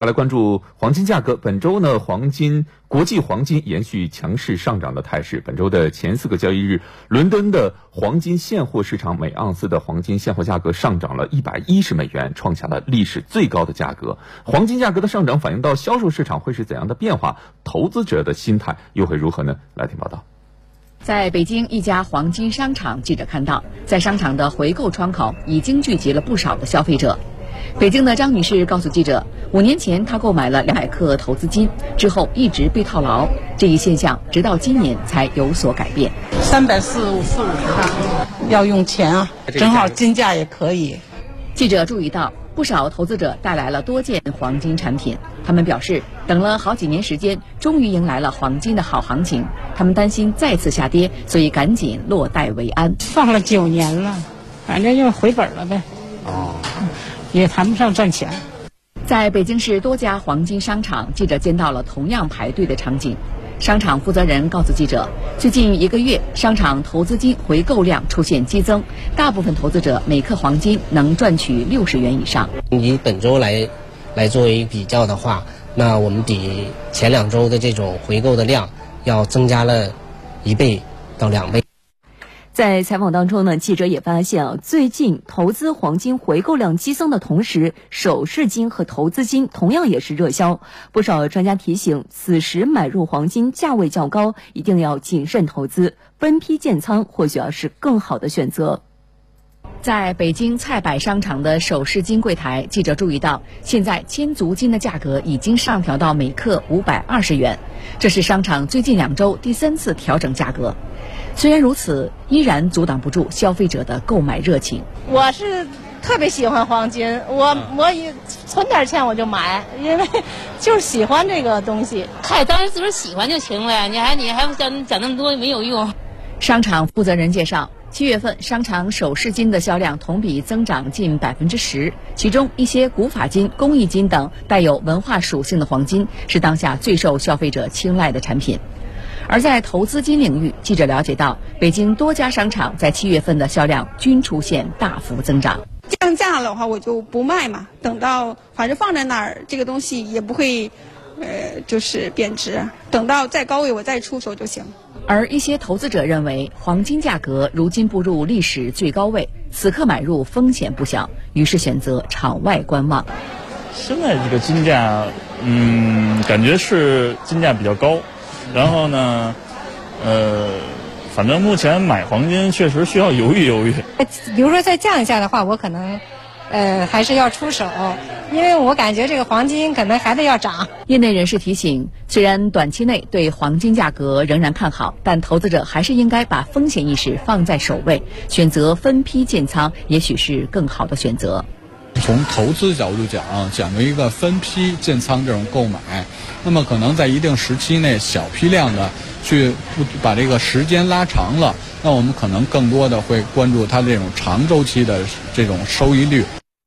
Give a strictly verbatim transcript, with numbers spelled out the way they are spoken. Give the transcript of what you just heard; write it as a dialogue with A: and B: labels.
A: 来关注黄金价格。本周呢，黄金国际黄金延续强势上涨的态势。本周的前四个交易日，伦敦的黄金现货市场每盎司的黄金现货价格上涨了一百一十美元，创下了历史最高的价格。黄金价格的上涨反映到销售市场会是怎样的变化？投资者的心态又会如何呢？来听报道。
B: 在北京一家黄金商场，记者看到，在商场的回购窗口已经聚集了不少的消费者。北京的张女士告诉记者，五年前她购买了两百克投资金，之后一直被套牢，这一现象直到今年才有所改变。
C: 三百四五四五十吧，要用钱啊，正好金价也可以。
B: 记者注意到，不少投资者带来了多件黄金产品，他们表示，等了好几年时间，终于迎来了黄金的好行情。他们担心再次下跌，所以赶紧落袋为安。
C: 放了九年了，反正就回本了呗。哦。也谈不上赚钱。
B: 在北京市多家黄金商场，记者见到了同样排队的场景。商场负责人告诉记者，最近一个月，商场投资金回购量出现激增，大部分投资者每克黄金能赚取六十元以上。
D: 以本周来来作为比较的话，那我们比前两周的这种回购的量要增加了一倍到两倍。
E: 在采访当中呢，记者也发现啊，最近投资黄金回购量激增的同时，首饰金和投资金同样也是热销。不少专家提醒，此时买入黄金价位较高，一定要谨慎投资，分批建仓或许要是更好的选择。
B: 在北京菜百商场的首饰金柜台，记者注意到，现在千足金的价格已经上调到每克五百二十元，这是商场最近两周第三次调整价格。虽然如此，依然阻挡不住消费者的购买热情。
F: 我是特别喜欢黄金，我我也存点钱我就买，因为就是喜欢这个东西。
G: 嗨，当然自个儿喜欢就行了，你还你还讲讲那么多没有用。
B: 商场负责人介绍，七月份商场首饰金的销量同比增长近百分之十，其中一些古法金、工艺金等带有文化属性的黄金是当下最受消费者青睐的产品。而在投资金领域，记者了解到，北京多家商场在七月份的销量均出现大幅增长。
H: 降价了的话，我就不卖嘛，等到反正放在那儿，这个东西也不会，呃，就是贬值。等到再高位我再出手就行。
B: 而一些投资者认为，黄金价格如今步入历史最高位，此刻买入风险不小，于是选择场外观望。
I: 现在这个金价，嗯，感觉是金价比较高。然后呢，呃，反正目前买黄金确实需要犹豫犹豫。
J: 比如说再降一下的话，我可能，呃，还是要出手，因为我感觉这个黄金可能还得要涨。
B: 业内人士提醒，虽然短期内对黄金价格仍然看好，但投资者还是应该把风险意识放在首位，选择分批建仓，也许是更好的选择。
K: 从投资角度讲，讲究一个分批建仓这种购买，那么可能在一定时期内小批量的去把这个时间拉长了，那我们可能更多的会关注它这种长周期的这种收益率。